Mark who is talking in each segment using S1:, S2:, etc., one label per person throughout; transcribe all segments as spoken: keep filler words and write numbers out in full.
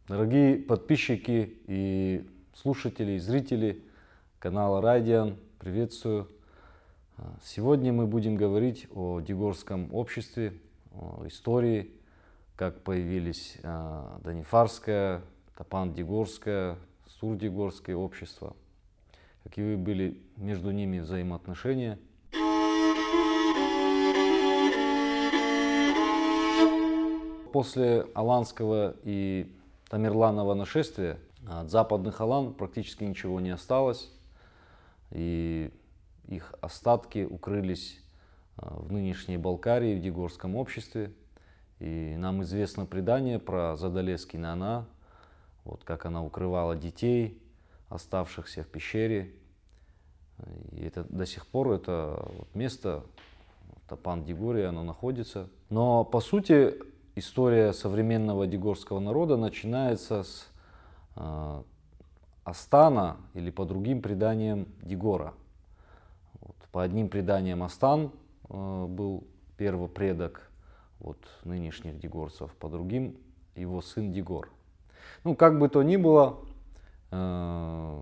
S1: Дорогие подписчики и слушатели, и зрители канала Райдиан, приветствую. Сегодня мы будем говорить о дигорском обществе, о истории, как появились Данифарское, Тапан-Дигорское, Стур-Дигорское общество, какие были между ними взаимоотношения. После аланского и тамерланного нашествия от западных алан практически ничего не осталось, и их остатки укрылись в нынешней Балкарии, в дигорском обществе. И нам известно предание про Задалески Нана, вот как она укрывала детей, оставшихся в пещере. И это до сих пор это вот место, Тапан-Дигория, оно находится. Но по сути история современного дигорского народа начинается с э, Астана, или по другим преданиям Дигора. Вот. По одним преданиям Астан э, был первопредок вот, нынешних дигорцев, по другим его сын Дигор. Ну, как бы то ни было, э,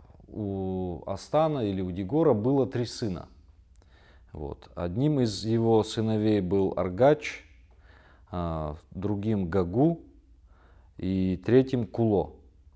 S1: у Астана или у Дигора было три сына. Вот. Одним из его сыновей был Аргач, другим Гагу и третьим Куло.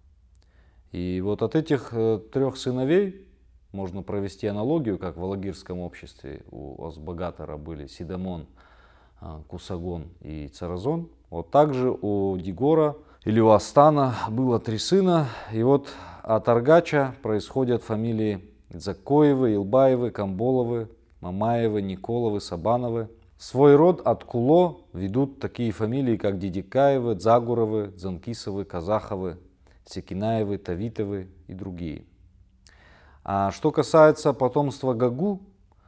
S1: И вот от этих трех сыновей можно провести аналогию, как в алагирском обществе у Осбагатора были Сидамон, Кусагон и Царазон. Вот также у Дигора или у Астана было три сына. И вот от Аргача происходят фамилии Дзакоевы, Илбаевы, Камболовы, Мамаевы, Николовы, Сабановы. Свой род от Куло ведут такие фамилии, как Дидикаевы, Дзагуровы, Дзанкисовы, Казаховы, Секинаевы, Тавитовы и другие. А что касается потомства Гагу,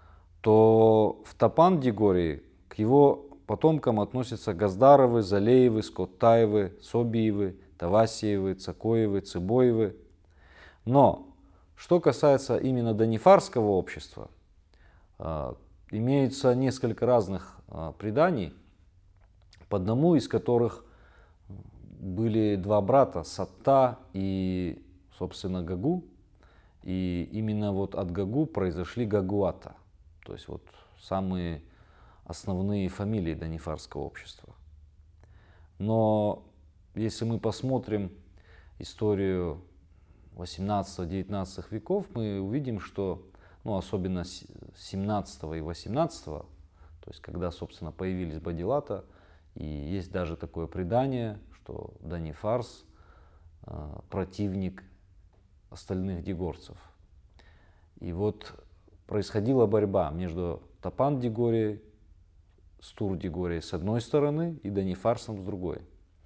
S1: то в Тапан-Дигории к его потомкам относятся Газдаровы, Залеевы, Скоттаевы, Собиевы, Тавасиевы, Цакоевы, Цыбоевы. Но что касается именно Данифарского общества, имеется несколько разных а, преданий, по одному из которых были два брата, Сатта и, собственно, Гагу. И именно вот от Гагу произошли Гагуата, то есть вот самые основные фамилии Данифарского общества. Но если мы посмотрим историю восемнадцатого-девятнадцатого веков, мы увидим, что ну, особенно семнадцатого и восемнадцатого, то есть когда, собственно, появились Бадилата, и есть даже такое предание, что Данифарс э, противник остальных дигорцев. И вот происходила борьба между Тапан-Дигорией, Стур-Дигорией с одной стороны и Данифарсом с другой.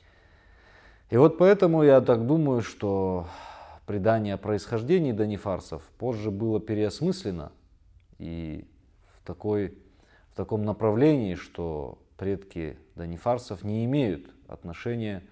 S1: И вот поэтому я так думаю, что предание о происхождении Данифарсов позже было переосмыслено и в, такой, в таком направлении, что предки Данифарсов не имеют отношения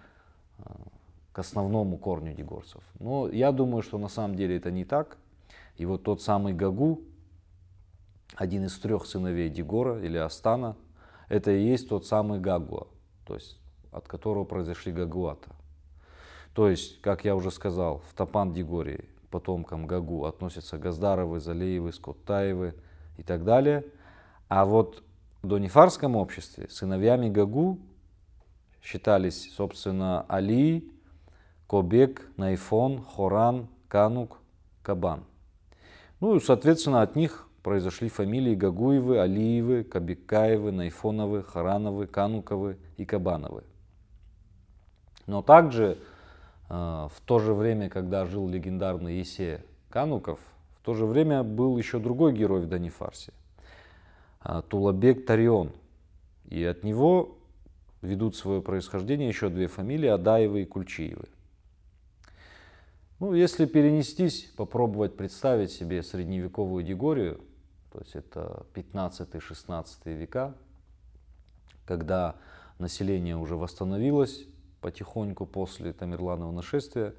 S1: к основному корню дигорцев. Но я думаю, что на самом деле это не так. И вот тот самый Гагу, один из трех сыновей Дигора или Астана, это и есть тот самый Гагуа, то есть от которого произошли Гагуата. То есть, как я уже сказал, в Тапан-Дигории к потомкам Гагу относятся Газдаровы, Залеевы, Скоттаевы и так далее. А вот в Данифарском обществе сыновьями Гагу считались, собственно, Али, Кобек, Найфон, Хоран, Канук, Кабан. Ну и, соответственно, от них произошли фамилии Гагуевы, Алиевы, Кобекаевы, Найфоновы, Хорановы, Кануковы и Кабановы. Но также в то же время, когда жил легендарный Есе Кануков, в то же время был еще другой герой в Данифарсе, Тулабек Тарион. И от него ведут свое происхождение еще две фамилии, Адаевы и Кульчиевы. Ну, если перенестись, попробовать представить себе средневековую Дигорию, то есть это пятнадцатый-шестнадцатый века, когда население уже восстановилось потихоньку после тамерланового нашествия.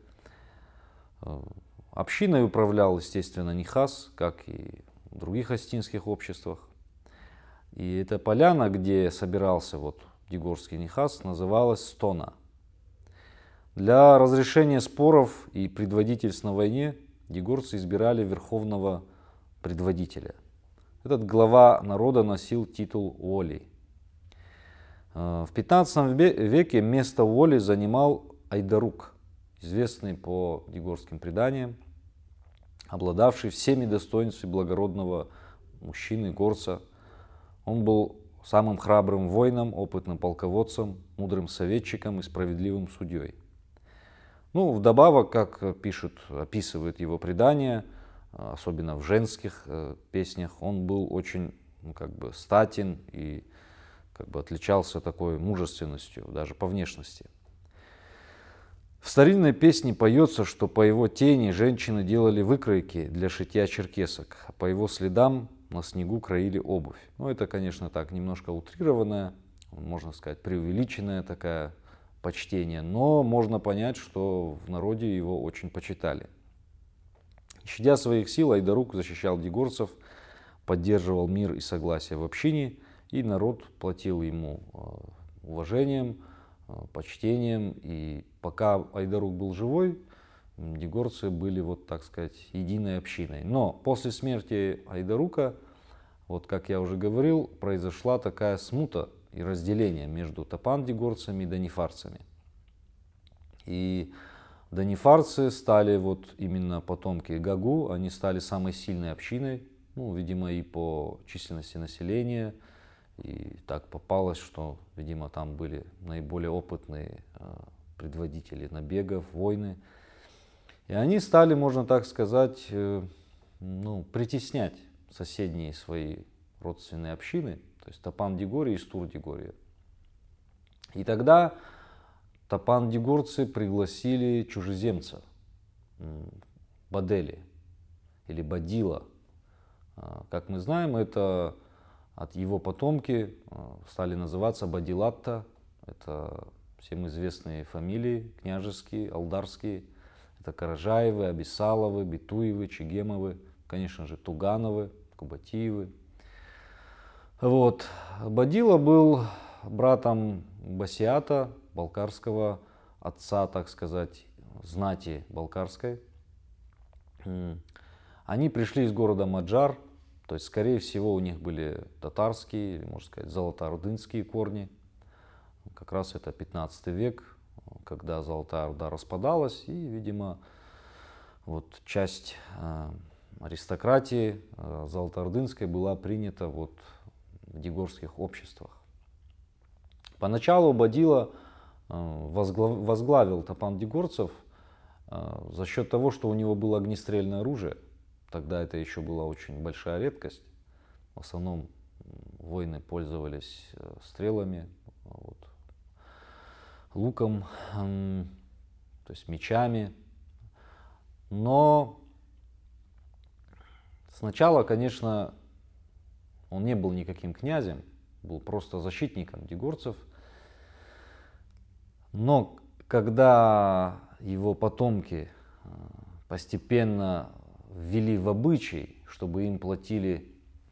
S1: Общиной управлял, естественно, Нихас, как и в других астинских обществах. И эта поляна, где собирался вот дигорский Нихас, называлась Стона. Для разрешения споров и предводительств на войне дегорцы избирали верховного предводителя. Этот глава народа носил титул Воли. В пятнадцатом веке место Воли занимал Айдарук, известный по дегорским преданиям, обладавший всеми достоинствами благородного мужчины, горца. Он был самым храбрым воином, опытным полководцем, мудрым советчиком и справедливым судьей. Ну, вдобавок, как пишут, описывают его предания, особенно в женских э, песнях, он был очень, ну, как бы статен и как бы отличался такой мужественностью, даже по внешности. В старинной песне поется, что по его тени женщины делали выкройки для шитья черкесок, а по его следам на снегу краили обувь. Ну, это, конечно, так немножко утрированное, можно сказать, преувеличенное такое почтение, но можно понять, что в народе его очень почитали. Щадя своих сил, Айдарук защищал дегорцев, поддерживал мир и согласие в общине, и народ платил ему уважением, почтением. И пока Айдарук был живой, дегорцы были, вот так сказать, единой общиной. Но после смерти Айдарука, вот как я уже говорил, произошла такая смута и разделение между тапан-дегорцами и данифарцами. И данифарцы стали, вот именно потомки Гагу, они стали самой сильной общиной, ну, видимо, и по численности населения. И так попалось, что, видимо, там были наиболее опытные предводители набегов, войны. И они стали, можно так сказать, ну, притеснять соседние свои родственные общины, то есть Тапан-Дегорье и Стур-Дегорье. И тогда тапан-дегорцы пригласили чужеземца, Бадели или Бадила. Как мы знаем, это от его потомки стали называться Бадилатта. Это всем известные фамилии княжеские, алдарские. Это Каражаевы, Абисаловы, Битуевы, Чегемовы, конечно же, Тугановы, Кубатиевы. Вот. Бадила был братом Басиата, балкарского отца, так сказать, знати балкарской. Они пришли из города Маджар, то есть, скорее всего, у них были татарские, или, можно сказать, золотоордынские корни. Как раз это пятнадцатый век, когда Золотая Орда распадалась, и, видимо, вот часть э, аристократии э, золотоордынской была принята вот в дегорских обществах. Поначалу Бадила возглавил тапан-дегорцев за счет того, что у него было огнестрельное оружие. Тогда это еще была очень большая редкость. В основном воины пользовались стрелами, вот, луком, то есть мечами. Но сначала, конечно, он не был никаким князем, был просто защитником дегорцев. Но когда его потомки постепенно ввели в обычай, чтобы им платили,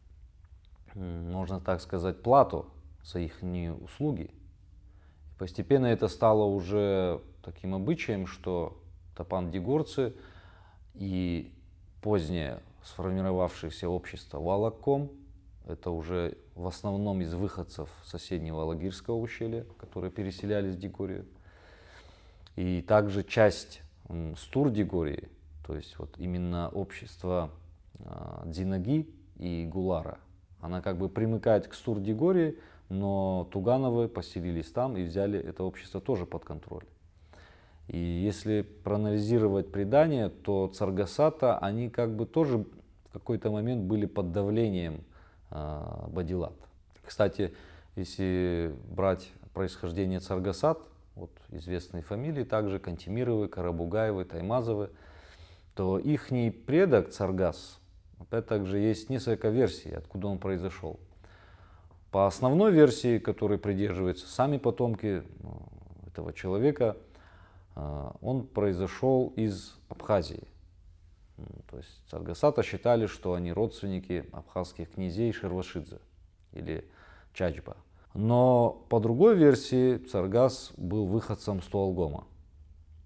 S1: можно так сказать, плату за их услуги, постепенно это стало уже таким обычаем, что тапан-дегорцы и позднее сформировавшееся общество Валакком, это уже в основном из выходцев соседнего Алагирского ущелья, которые переселялись в Дегорию. И также часть Стур-Дегории, то есть вот именно общество э, Дзинаги и Гулара. Она как бы примыкает к Стур-Дегории, но Тугановы поселились там и взяли это общество тоже под контроль. И если проанализировать предания, то Царгасата, они как бы тоже в какой-то момент были под давлением Бадилат. Кстати, если брать происхождение Царгасат, вот известные фамилии, также Кантемировы, Карабугаевы, Таймазовы, то их предок Царгас, опять также есть несколько версий, откуда он произошел. По основной версии, которой придерживаются сами потомки этого человека, он произошел из Абхазии. То есть Царгасата считали, что они родственники абхазских князей Шервашидзе или Чачба. Но по другой версии Царгас был выходцем Стуалгома.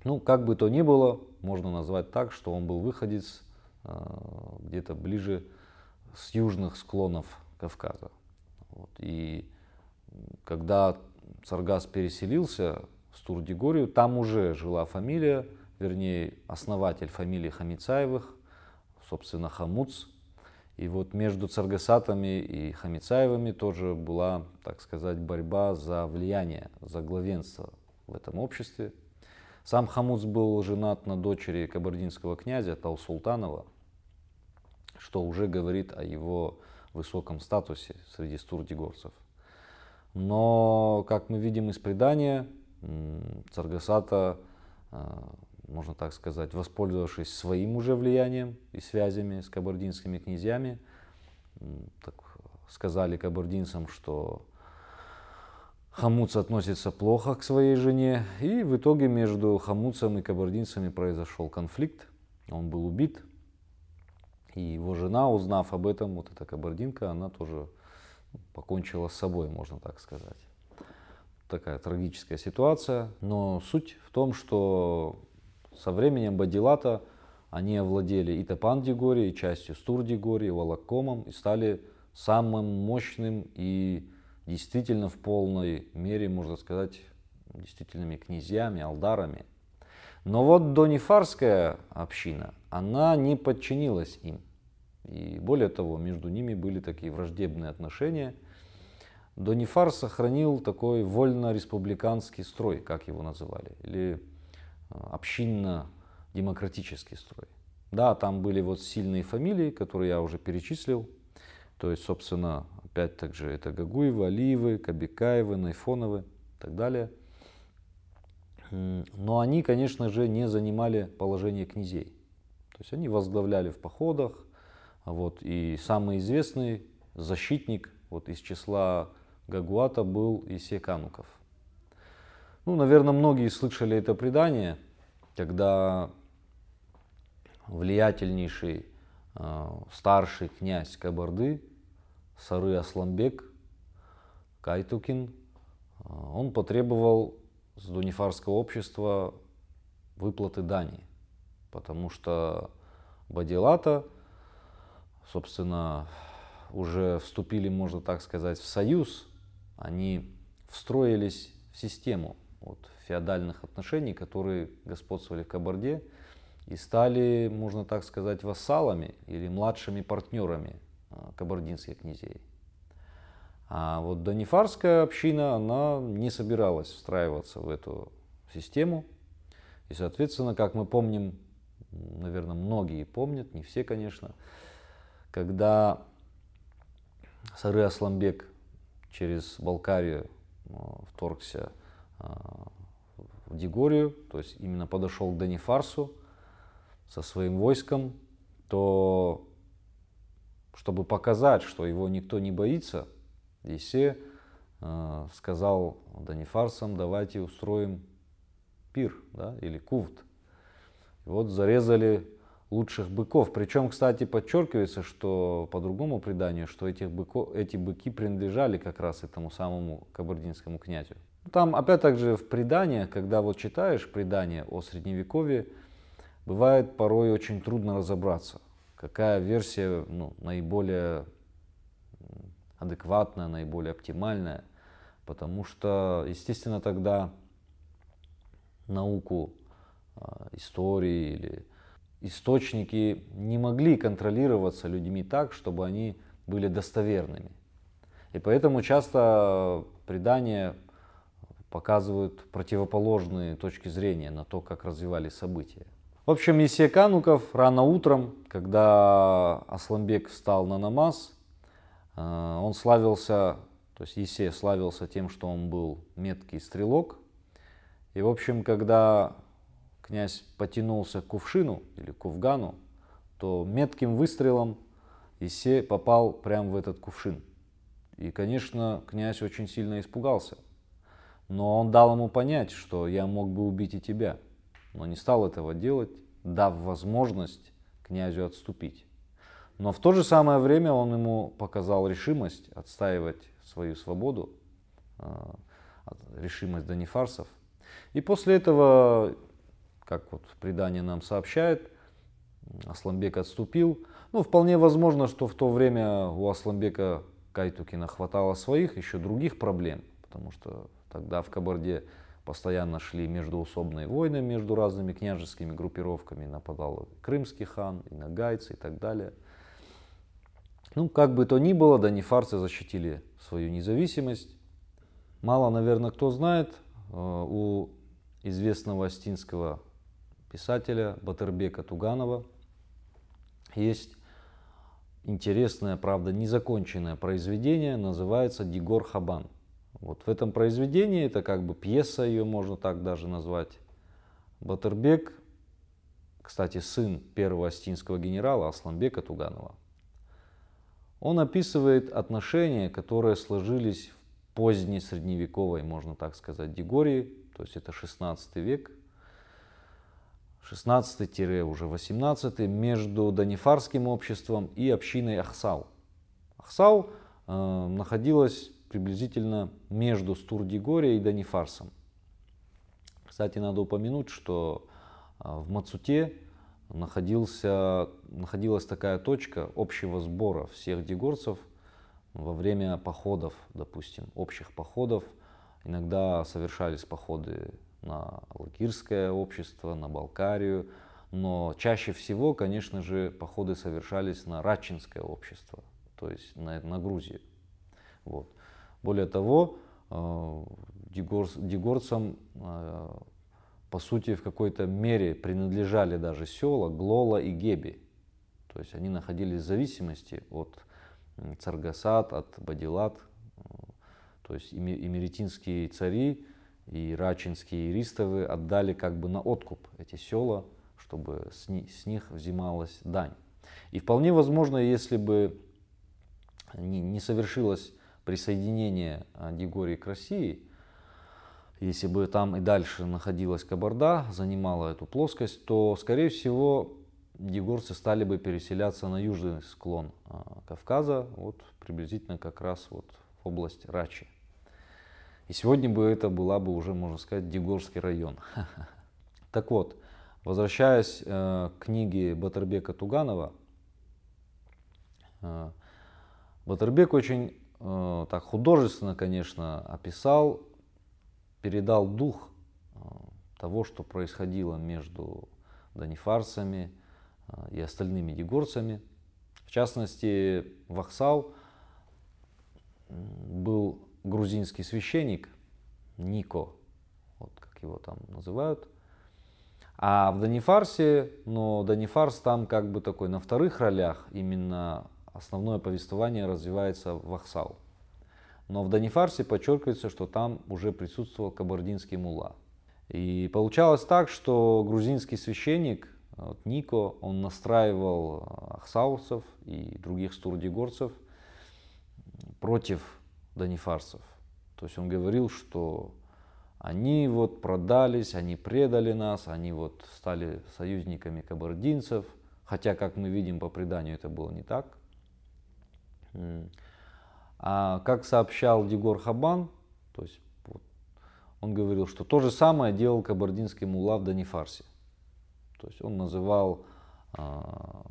S1: Ну, как бы то ни было, можно назвать так, что он был выходец где-то ближе с южных склонов Кавказа. Вот. И когда Царгас переселился в Стурдигорию, там уже жила фамилия, вернее, основатель фамилии Хамицаевых, собственно, Хамуц. И вот между Царгасатами и Хамицаевыми тоже была, так сказать, борьба за влияние, за главенство в этом обществе. Сам Хамуц был женат на дочери кабардинского князя Таусултанова, что уже говорит о его высоком статусе среди стурдигорцев. Но, как мы видим из предания, Царгасата, можно так сказать, воспользовавшись своим уже влиянием и связями с кабардинскими князьями, так сказали кабардинцам, что Хамуц относится плохо к своей жене, и в итоге между Хамуцем и кабардинцами произошел конфликт, он был убит, и его жена, узнав об этом, вот эта кабардинка, она тоже покончила с собой, можно так сказать. Такая трагическая ситуация, но суть в том, что со временем Бадилата они овладели и Тапан-Дигори, и частью Стур-Дигори, и Волоккомом, и стали самым мощным и действительно в полной мере, можно сказать, действительными князьями, алдарами. Но вот донефарская община, она не подчинилась им. И более того, между ними были такие враждебные отношения. Донефар сохранил такой вольно-республиканский строй, как его называли, или общинно-демократический строй. Да, там были вот сильные фамилии, которые я уже перечислил. То есть, собственно, опять так же это Гагуевы, Алиевы, Кабикаевы, Найфоновы и так далее. Но они, конечно же, не занимали положение князей. То есть они возглавляли в походах. Вот, и самый известный защитник вот, из числа Гагуата был Исек Ануков. Ну, наверное, многие слышали это предание, когда влиятельнейший э, старший князь Кабарды, Сары Асламбек Кайтукин, э, он потребовал с донефарского общества выплаты дани, потому что Бадилата, собственно, уже вступили, можно так сказать, в союз, они встроились в систему вот, феодальных отношений, которые господствовали в Кабарде, и стали, можно так сказать, вассалами или младшими партнерами кабардинских князей. А вот донефарская община, она не собиралась встраиваться в эту систему. И, соответственно, как мы помним, наверное, многие помнят, не все, конечно, когда Сары Асламбек через Балкарию вторгся в Дигорию, то есть именно подошел к Донефарсу со своим войском, то чтобы показать, что его никто не боится, Исе э, сказал донефарцам: давайте устроим пир, да, или кувт. И вот зарезали лучших быков. Причем, кстати, подчеркивается, что по другому преданию, что этих быков, эти быки принадлежали как раз этому самому кабардинскому князю. Там, опять же, в преданиях, когда вот читаешь предания о Средневековье, бывает порой очень трудно разобраться, какая версия ну, наиболее адекватная, наиболее оптимальная, потому что, естественно, тогда науку истории или источники не могли контролироваться людьми так, чтобы они были достоверными. И поэтому часто предания показывают противоположные точки зрения на то, как развивались события. В общем, Исек Ануков рано утром, когда Асламбек встал на намаз, он славился, то есть Исе славился тем, что он был меткий стрелок. И, в общем, когда князь потянулся к кувшину или кувгану, то метким выстрелом Исе попал прямо в этот кувшин. И, конечно, князь очень сильно испугался. Но он дал ему понять, что я мог бы убить и тебя. Но не стал этого делать, дав возможность князю отступить. Но в то же самое время он ему показал решимость отстаивать свою свободу, решимость донефарцев. И после этого как вот предание нам сообщает, Асланбек отступил. Ну, вполне возможно, что в то время у Асланбека Кайтукина хватало своих, еще других проблем, потому что тогда в Кабарде постоянно шли междоусобные войны между разными княжескими группировками, нападал крымский хан, и нагайцы и так далее. Ну, как бы то ни было, данифарцы защитили свою независимость. Мало, наверное, кто знает, у известного астинского писателя Батырбека Туганова есть интересное, правда, незаконченное произведение, называется «Дигор Хабан». Вот в этом произведении, это как бы пьеса, ее можно так даже назвать, Батырбек, кстати, сын первого астинского генерала Асланбека Туганова, он описывает отношения, которые сложились в поздней средневековой, можно так сказать, Дигории, то есть это шестнадцатый век, шестнадцатый уже восемнадцатый, между данифарским обществом и общиной Ахсау. Ахсау э, находилась приблизительно между Стур-Дигорией и Данифарсом. Кстати, надо упомянуть, что в Мацуте находился, находилась такая точка общего сбора всех дигорцев во время походов, допустим, общих походов. Иногда совершались походы на Алакирское общество, на Балкарию, но чаще всего, конечно же, походы совершались на Радчинское общество, то есть на, на Грузию. Вот. Более того, дигор, дигорцам, по сути, в какой-то мере принадлежали даже села Глола и Геби. То есть они находились в зависимости от Царгасат, от Бадилат. То есть имеретинские цари и рачинские иристовы отдали как бы на откуп эти села, чтобы с них взималась дань. И вполне возможно, если бы не совершилось присоединение Дигории к России, если бы там и дальше находилась Кабарда, занимала эту плоскость, то, скорее всего, дигорцы стали бы переселяться на южный склон Кавказа, вот приблизительно как раз вот в область Рачи. И сегодня бы это была бы уже, можно сказать, Дигорский район. Так вот, возвращаясь к книге Батырбека Туганова, Батырбек очень так художественно, конечно, описал, передал дух того, что происходило между данифарцами и остальными дигорцами. В частности, в Ахсау был грузинский священник Нико, вот как его там называют. А в Данифарсе, но Данифарс там как бы такой на вторых ролях, именно основное повествование развивается в Ахсау. Но в Данифарсе подчеркивается, что там уже присутствовал кабардинский мулла. И получалось так, что грузинский священник вот, Нико, он настраивал ахсаусов и других стурдигорцев против данифарцев. То есть он говорил, что они вот продались, они предали нас, они вот стали союзниками кабардинцев. Хотя, как мы видим по преданию, это было не так. А как сообщал Дигор Хабан, то есть вот, он говорил, что то же самое делал кабардинский мулла в Данифарсе. То есть он называл э,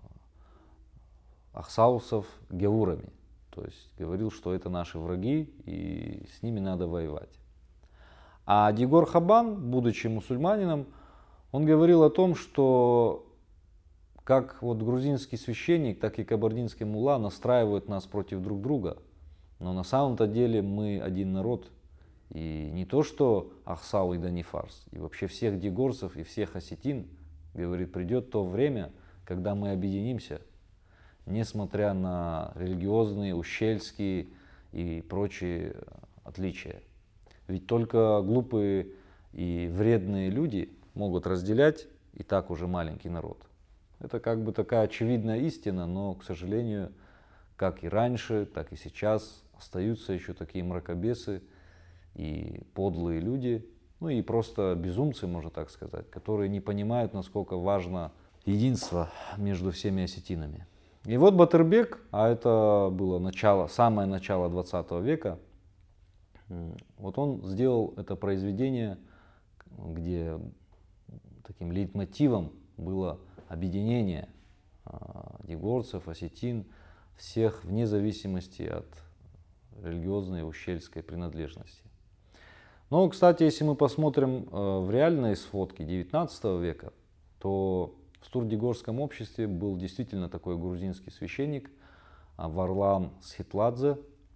S1: ахсаусов геурами. То есть говорил, что это наши враги и с ними надо воевать. А Дигор Хабан, будучи мусульманином, он говорил о том, что как вот грузинский священник, так и кабардинский мулла настраивают нас против друг друга. Но на самом-то деле мы один народ. И не то, что Ахсау и Данифарс, и вообще всех дигорцев и всех осетин, говорит, придет то время, когда мы объединимся, несмотря на религиозные, ущельские и прочие отличия. Ведь только глупые и вредные люди могут разделять и так уже маленький народ. Это как бы такая очевидная истина, но, к сожалению, как и раньше, так и сейчас остаются еще такие мракобесы и подлые люди, ну и просто безумцы, можно так сказать, которые не понимают, насколько важно единство между всеми осетинами. И вот Батырбек, а это было начало, самое начало двадцатого века, вот он сделал это произведение, где таким лейтмотивом было объединение дегорцев, осетин, всех вне зависимости от религиозной и ущельской принадлежности. Но, кстати, если мы посмотрим в реальные сводки девятнадцатого века, то в Стурдигорском обществе был действительно такой грузинский священник Варлам Схитладзе.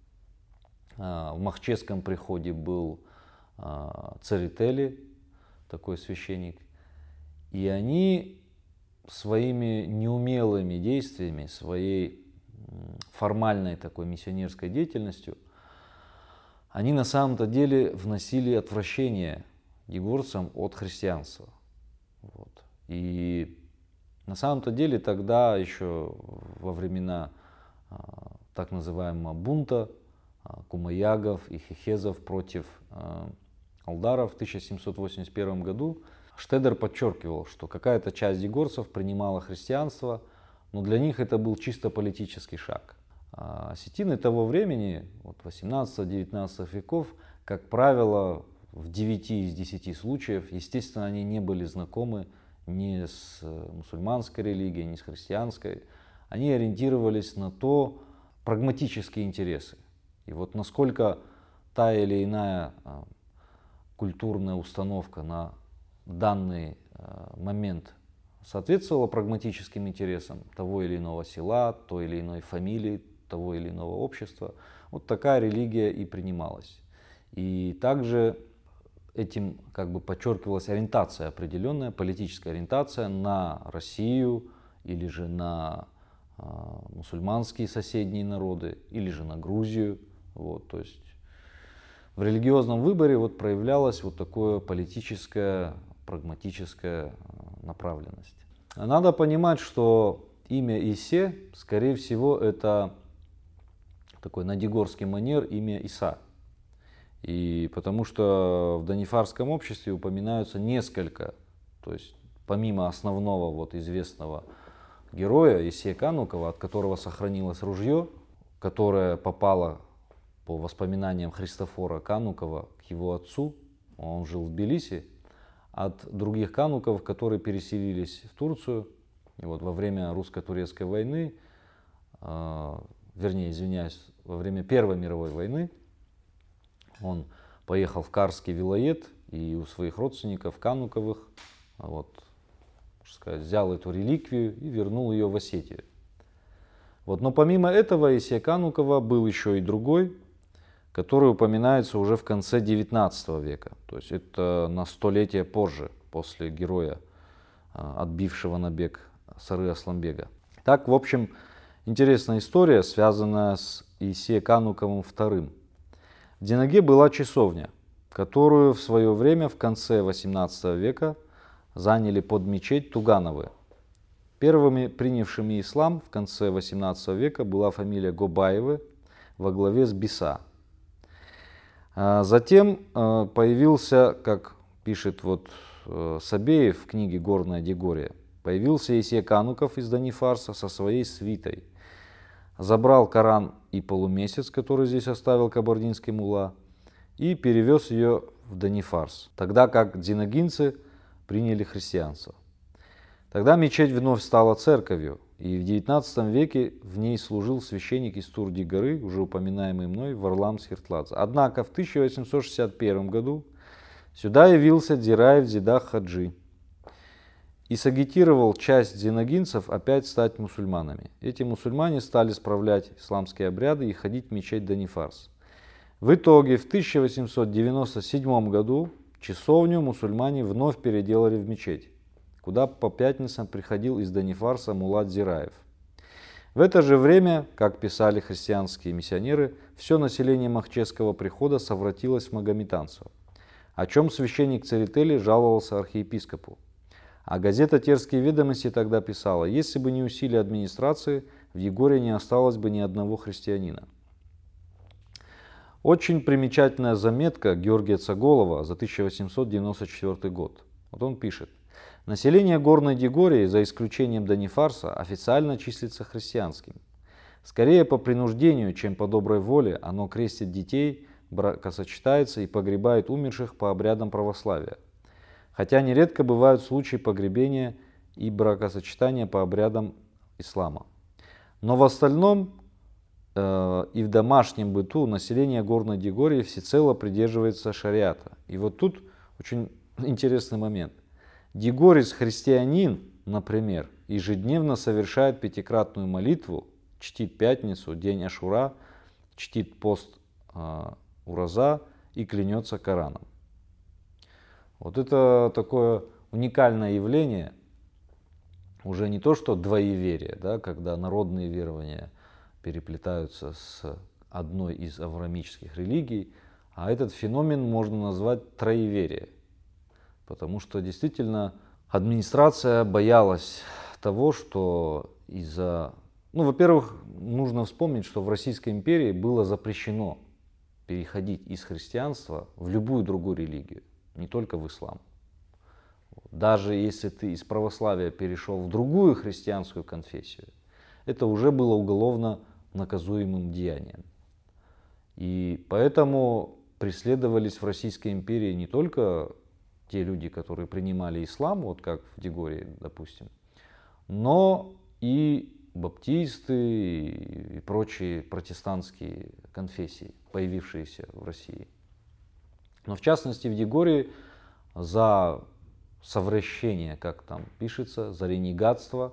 S1: В Махчесском приходе был Церетели, такой священник. И они своими неумелыми действиями, своей формальной такой миссионерской деятельностью, они на самом-то деле вносили отвращение дегорцам от христианства. Вот. И на самом-то деле тогда еще во времена а, так называемого бунта а, кумаягов и хехезов против а, алдаров в тысяча семьсот восемьдесят первом году Штедер подчеркивал, что какая-то часть дегорцев принимала христианство, но для них это был чисто политический шаг. А осетины того времени, вот восемнадцатого-девятнадцатого веков, как правило, в девяти из десяти случаев, естественно, они не были знакомы ни с мусульманской религией, ни с христианской. Они ориентировались на то, прагматические интересы. И вот насколько та или иная культурная установка на данный момент соответствовала прагматическим интересам того или иного села, той или иной фамилии, того или иного общества, вот такая религия и принималась. И также этим как бы подчеркивалась ориентация определенная, политическая ориентация на Россию или же на э, мусульманские соседние народы, или же на Грузию. Вот, то есть в религиозном выборе вот проявлялась вот такая политическая, прагматическая направленность. Надо понимать, что имя Исе, скорее всего, это такой на дегорский манер имя Иса. И потому что в данифарском обществе упоминаются несколько, то есть помимо основного вот известного героя Исея Канукова, от которого сохранилось ружье, которое попало по воспоминаниям Христофора Канукова к его отцу, он жил в Тбилиси, от других кануковых, которые переселились в Турцию. И вот во время русско-турецкой войны, э, вернее, извиняюсь, во время Первой мировой войны он поехал в Карский вилает и у своих родственников кануковых вот, можно сказать, взял эту реликвию и вернул ее в Осетию. Вот, но помимо этого Исея Канукова был еще и другой, который упоминается уже в конце девятнадцатого века. То есть это на столетие позже, после героя, отбившего набег Сары Асланбега. Так, в общем, интересная история, связанная с Исеем Кануковым вторым. В Динаге была часовня, которую в свое время, в конце восемнадцатого века, заняли под мечеть Тугановы. Первыми принявшими ислам в конце восемнадцатого века была фамилия Гобаевы во главе с Биса. Затем появился, как пишет вот Сабеев в книге «Горная Дегория», появился Исей Кануков из Данифарса со своей свитой. Забрал Коран и полумесяц, который здесь оставил кабардинский мулла, и перевез ее в Данифарс, тогда как динагинцы приняли христианство. Тогда мечеть вновь стала церковью, и в девятнадцатом веке в ней служил священник из Турди-горы, уже упоминаемый мной, Варлам Схитладзе. Однако в тысяча восемьсот шестьдесят первом году сюда явился Дираев Зидах Хаджи и сагитировал часть динагинцев опять стать мусульманами. Эти мусульмане стали справлять исламские обряды и ходить в мечеть Данифарс. В итоге в тысяча восемьсот девяносто седьмом году часовню мусульмане вновь переделали в мечеть, куда по пятницам приходил из Данифарса мулла Дзираев. В это же время, как писали христианские миссионеры, все население Махчесского прихода совратилось в магометанство, о чем священник Церетели жаловался архиепископу. А газета «Терские ведомости» тогда писала: если бы не усилия администрации, в Егоре не осталось бы ни одного христианина. Очень примечательная заметка Георгия Цаголова за тысяча восемьсот девяносто четвёртый год. Вот он пишет: население Горной Дегории, за исключением Данифарса, официально числится христианским. Скорее по принуждению, чем по доброй воле, оно крестит детей, бракосочетается и погребает умерших по обрядам православия. хотя нередко бывают случаи погребения и бракосочетания по обрядам ислама. Но в остальном э, и в домашнем быту население Горной Дегории всецело придерживается шариата. И вот тут очень интересный момент. Дегорец-христианин, например, ежедневно совершает пятикратную молитву, чтит пятницу, день Ашура, чтит пост э, Ураза и клянется Кораном. Вот это такое уникальное явление, уже не то что двоеверие, да, когда народные верования переплетаются с одной из авраамических религий, а этот феномен можно назвать троеверие. Потому что действительно администрация боялась того, что из-за... Ну, во-первых, нужно вспомнить, что в Российской империи было запрещено переходить из христианства в любую другую религию, не только в ислам. Даже если ты из православия перешел в другую христианскую конфессию, это уже было уголовно наказуемым деянием. И поэтому преследовались в Российской империи не только те люди, которые принимали ислам, вот как в Дегории, допустим, но и баптисты и прочие протестантские конфессии, появившиеся в России. Но в частности в Дегории за совращение, как там пишется, за ренегатство,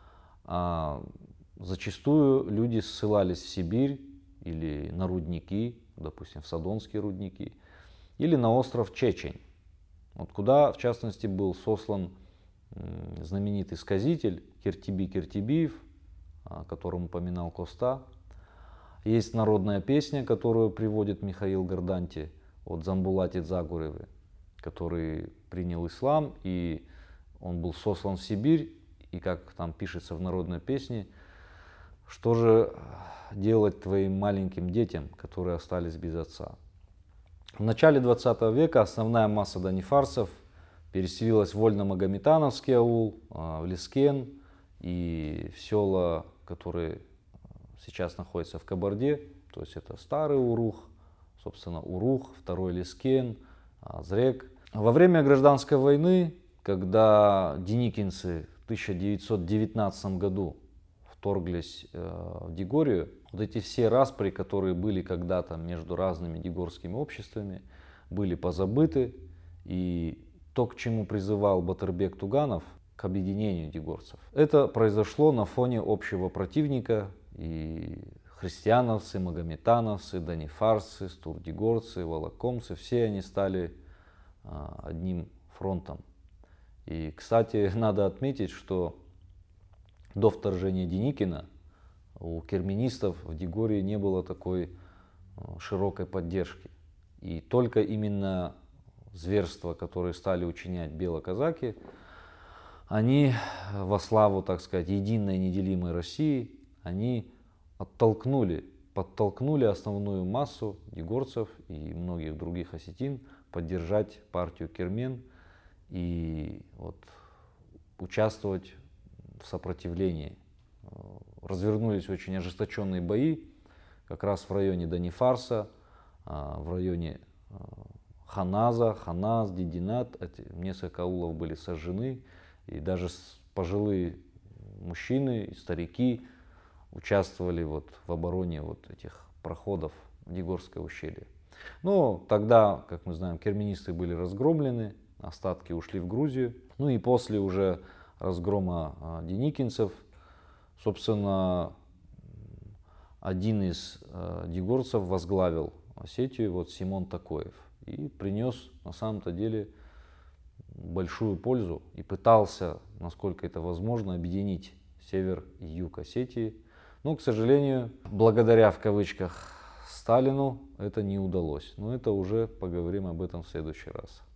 S1: а, зачастую люди ссылались в Сибирь или на рудники, допустим, в Садонские рудники, или на остров Чечень, вот куда, в частности, был сослан знаменитый сказитель Кертиби Кертибиев, о котором упоминал Коста. Есть народная песня, которую приводит Михаил Горданти от Замбулати Дзагуревы, который принял ислам, и он был сослан в Сибирь, и как там пишется в народной песне, что же делать твоим маленьким детям, которые остались без отца. В начале двадцатого века основная масса данифарцев переселилась в Вольно-Магометановский аул, в Лискен и в села, которые сейчас находятся в Кабарде, то есть это Старый Урух, собственно Урух, Второй Лискен, Азрек. Во время гражданской войны, когда деникинцы в тысяча девятьсот девятнадцатом году вторглись в Дегорию, вот эти все распри, которые были когда-то между разными дегорскими обществами, были позабыты, и то, к чему призывал Батырбек Туганов, к объединению дегорцев, это произошло на фоне общего противника, и христиановцы, магометановцы, данифарцы, стурдегорцы, волокомцы, все они стали одним фронтом. И, кстати, надо отметить, что до вторжения Деникина у керменистов в Дегории не было такой широкой поддержки. И только именно зверства, которые стали учинять белоказаки, они во славу, так сказать, единой неделимой России, они оттолкнули, подтолкнули основную массу дегорцев и многих других осетин поддержать партию Кермен и вот, участвовать в сопротивлении. Развернулись очень ожесточенные бои как раз в районе Данифарса, в районе Ханаза, Ханаз, Дидинат. Эти несколько аулов были сожжены, и даже пожилые мужчины и старики участвовали вот в обороне вот этих проходов в Дегорское ущелье. Но тогда, как мы знаем, керменисты были разгромлены, остатки ушли в Грузию. Ну и после уже разгрома деникинцев, собственно, один из дегорцев возглавил Осетию, вот Симон Такоев, и принес на самом-то деле большую пользу и пытался, насколько это возможно, объединить север и юг Осетии. Но, к сожалению, благодаря в кавычках Сталину это не удалось. Но это уже поговорим об этом в следующий раз.